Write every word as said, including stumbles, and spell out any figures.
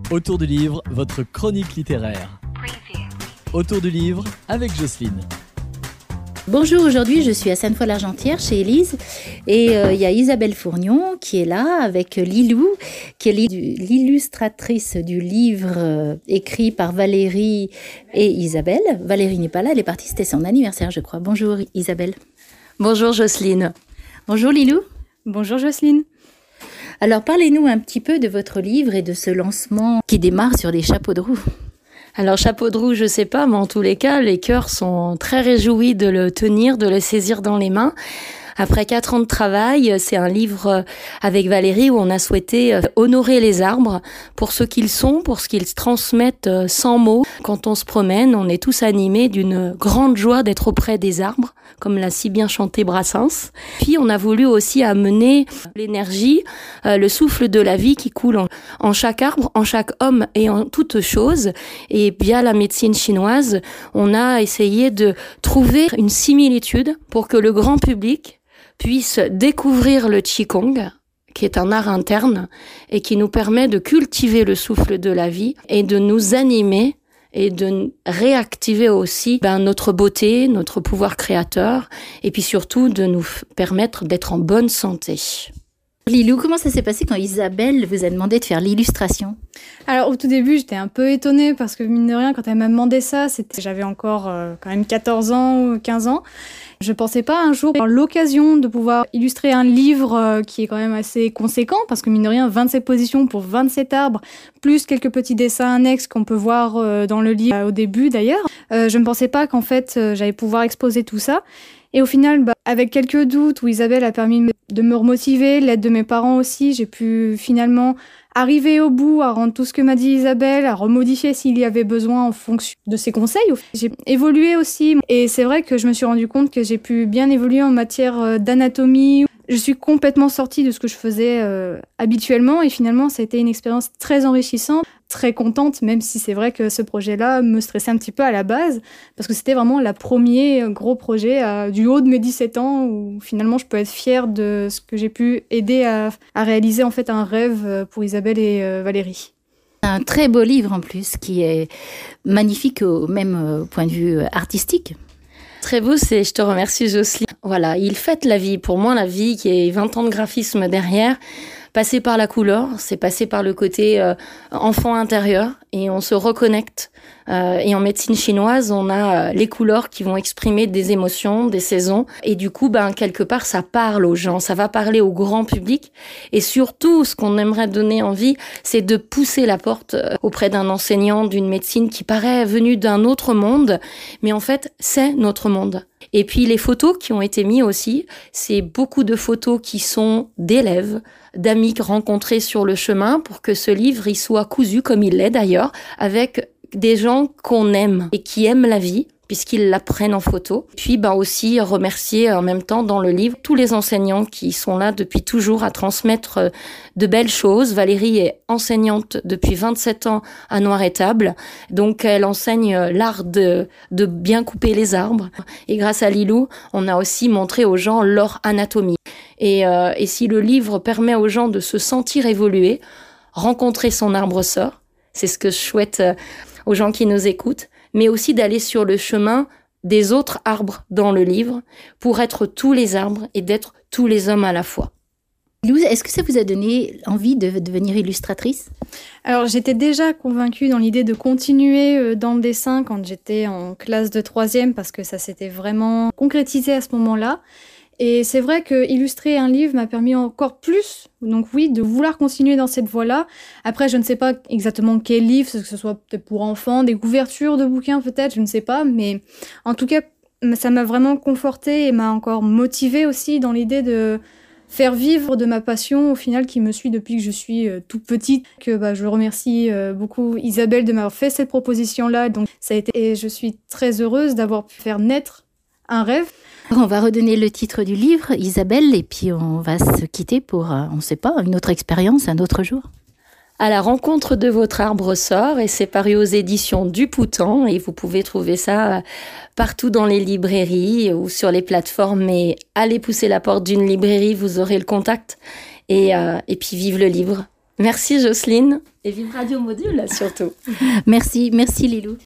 Autour du livre, votre chronique littéraire. Autour du livre avec Jocelyne. Bonjour, aujourd'hui je suis à Sainte-Foy-l'Argentière chez Élise et euh, il y a Isabelle Fournion qui est là avec Lilou, qui est l'illustratrice du livre euh, écrit par Valérie et Isabelle. Valérie n'est pas là, elle est partie, c'était son anniversaire je crois. Bonjour Isabelle. Bonjour Jocelyne. Bonjour Lilou. Bonjour Jocelyne. Alors parlez-nous un petit peu de votre livre et de ce lancement qui démarre sur des chapeaux de roue. Alors, chapeau de roue, je sais pas, mais en tous les cas, les cœurs sont très réjouis de le tenir, de le saisir dans les mains. Après quatre ans de travail, c'est un livre avec Valérie où on a souhaité honorer les arbres pour ce qu'ils sont, pour ce qu'ils transmettent sans mots. Quand on se promène, on est tous animés d'une grande joie d'être auprès des arbres, comme l'a si bien chanté Brassens. Puis on a voulu aussi amener l'énergie, le souffle de la vie qui coule en, en chaque arbre, en chaque homme et en toute chose. Et via la médecine chinoise, on a essayé de trouver une similitude pour que le grand public puisse découvrir le Qigong, qui est un art interne et qui nous permet de cultiver le souffle de la vie et de nous animer et de réactiver aussi ben, notre beauté, notre pouvoir créateur et puis surtout de nous permettre d'être en bonne santé. Lilou, comment ça s'est passé quand Isabelle vous a demandé de faire l'illustration ? Alors au tout début, j'étais un peu étonnée parce que mine de rien, quand elle m'a demandé ça, c'était, j'avais encore euh, quand même quatorze ans ou quinze ans. Je pensais pas un jour avoir l'occasion de pouvoir illustrer un livre euh, qui est quand même assez conséquent parce que mine de rien, vingt-sept positions pour vingt-sept arbres, plus quelques petits dessins annexes qu'on peut voir euh, dans le livre euh, au début d'ailleurs. Euh, je ne pensais pas qu'en fait euh, j'allais pouvoir exposer tout ça. Et au final, bah, avec quelques doutes où Isabelle a permis de me remotiver, l'aide de mes parents aussi, j'ai pu finalement arriver au bout à rendre tout ce que m'a dit Isabelle, à remodifier s'il y avait besoin en fonction de ses conseils. J'ai évolué aussi et c'est vrai que je me suis rendu compte que j'ai pu bien évoluer en matière d'anatomie. Je suis complètement sortie de ce que je faisais euh, habituellement et finalement ça a été une expérience très enrichissante, très contente, même si c'est vrai que ce projet-là me stressait un petit peu à la base parce que c'était vraiment le premier gros projet euh, du haut de mes dix-sept ans où finalement je peux être fière de ce que j'ai pu aider à, à réaliser en fait un rêve pour Isabelle et euh, Valérie. Un très beau livre en plus qui est magnifique au même point de vue artistique. Très beau, c'est, je te remercie Jocelyne. Voilà, il fête la vie. Pour moi, la vie qui est vingt ans de graphisme derrière, passé par la couleur, c'est passé par le côté euh, enfant intérieur et on se reconnecte. Euh, et en médecine chinoise, on a euh, les couleurs qui vont exprimer des émotions, des saisons. Et du coup, ben quelque part, ça parle aux gens, ça va parler au grand public. Et surtout, ce qu'on aimerait donner envie, c'est de pousser la porte euh, auprès d'un enseignant d'une médecine qui paraît venu d'un autre monde, mais en fait, c'est notre monde. Et puis les photos qui ont été mises aussi, c'est beaucoup de photos qui sont d'élèves, d'amis rencontrés sur le chemin pour que ce livre il soit cousu, comme il l'est d'ailleurs, avec des gens qu'on aime et qui aiment la vie, puisqu'ils la prennent en photo. Puis bah aussi remercier en même temps dans le livre tous les enseignants qui sont là depuis toujours à transmettre de belles choses. Valérie est enseignante depuis vingt-sept ans à Noir-Étable, donc elle enseigne l'art de, de bien couper les arbres. Et grâce à Lilou, on a aussi montré aux gens leur anatomie. Et, euh, et si le livre permet aux gens de se sentir évoluer, rencontrer son arbre sœur, c'est ce que je souhaite aux gens qui nous écoutent, mais aussi d'aller sur le chemin des autres arbres dans le livre pour être tous les arbres et d'être tous les hommes à la fois. Lou, est-ce que ça vous a donné envie de devenir illustratrice ? Alors j'étais déjà convaincue dans l'idée de continuer dans le dessin quand j'étais en classe de troisième parce que ça s'était vraiment concrétisé à ce moment-là. Et c'est vrai que illustrer un livre m'a permis encore plus, donc oui, de vouloir continuer dans cette voie-là. Après, je ne sais pas exactement quel livre, que ce soit peut-être pour enfants, des couvertures de bouquins peut-être, je ne sais pas. Mais en tout cas, ça m'a vraiment confortée et m'a encore motivée aussi dans l'idée de faire vivre de ma passion au final qui me suit depuis que je suis euh, toute petite. Que bah, je remercie euh, beaucoup Isabelle de m'avoir fait cette proposition-là. Donc ça a été, et je suis très heureuse d'avoir pu faire naître un rêve. On va redonner le titre du livre, Isabelle, et puis on va se quitter pour, euh, on ne sait pas, une autre expérience, un autre jour. À la rencontre de votre arbre sort, et c'est paru aux éditions du Poutan, et vous pouvez trouver ça partout dans les librairies ou sur les plateformes, mais allez pousser la porte d'une librairie, vous aurez le contact, et, euh, et puis vive le livre. Merci Jocelyne et vive Radio Module surtout. Merci, merci Lilou.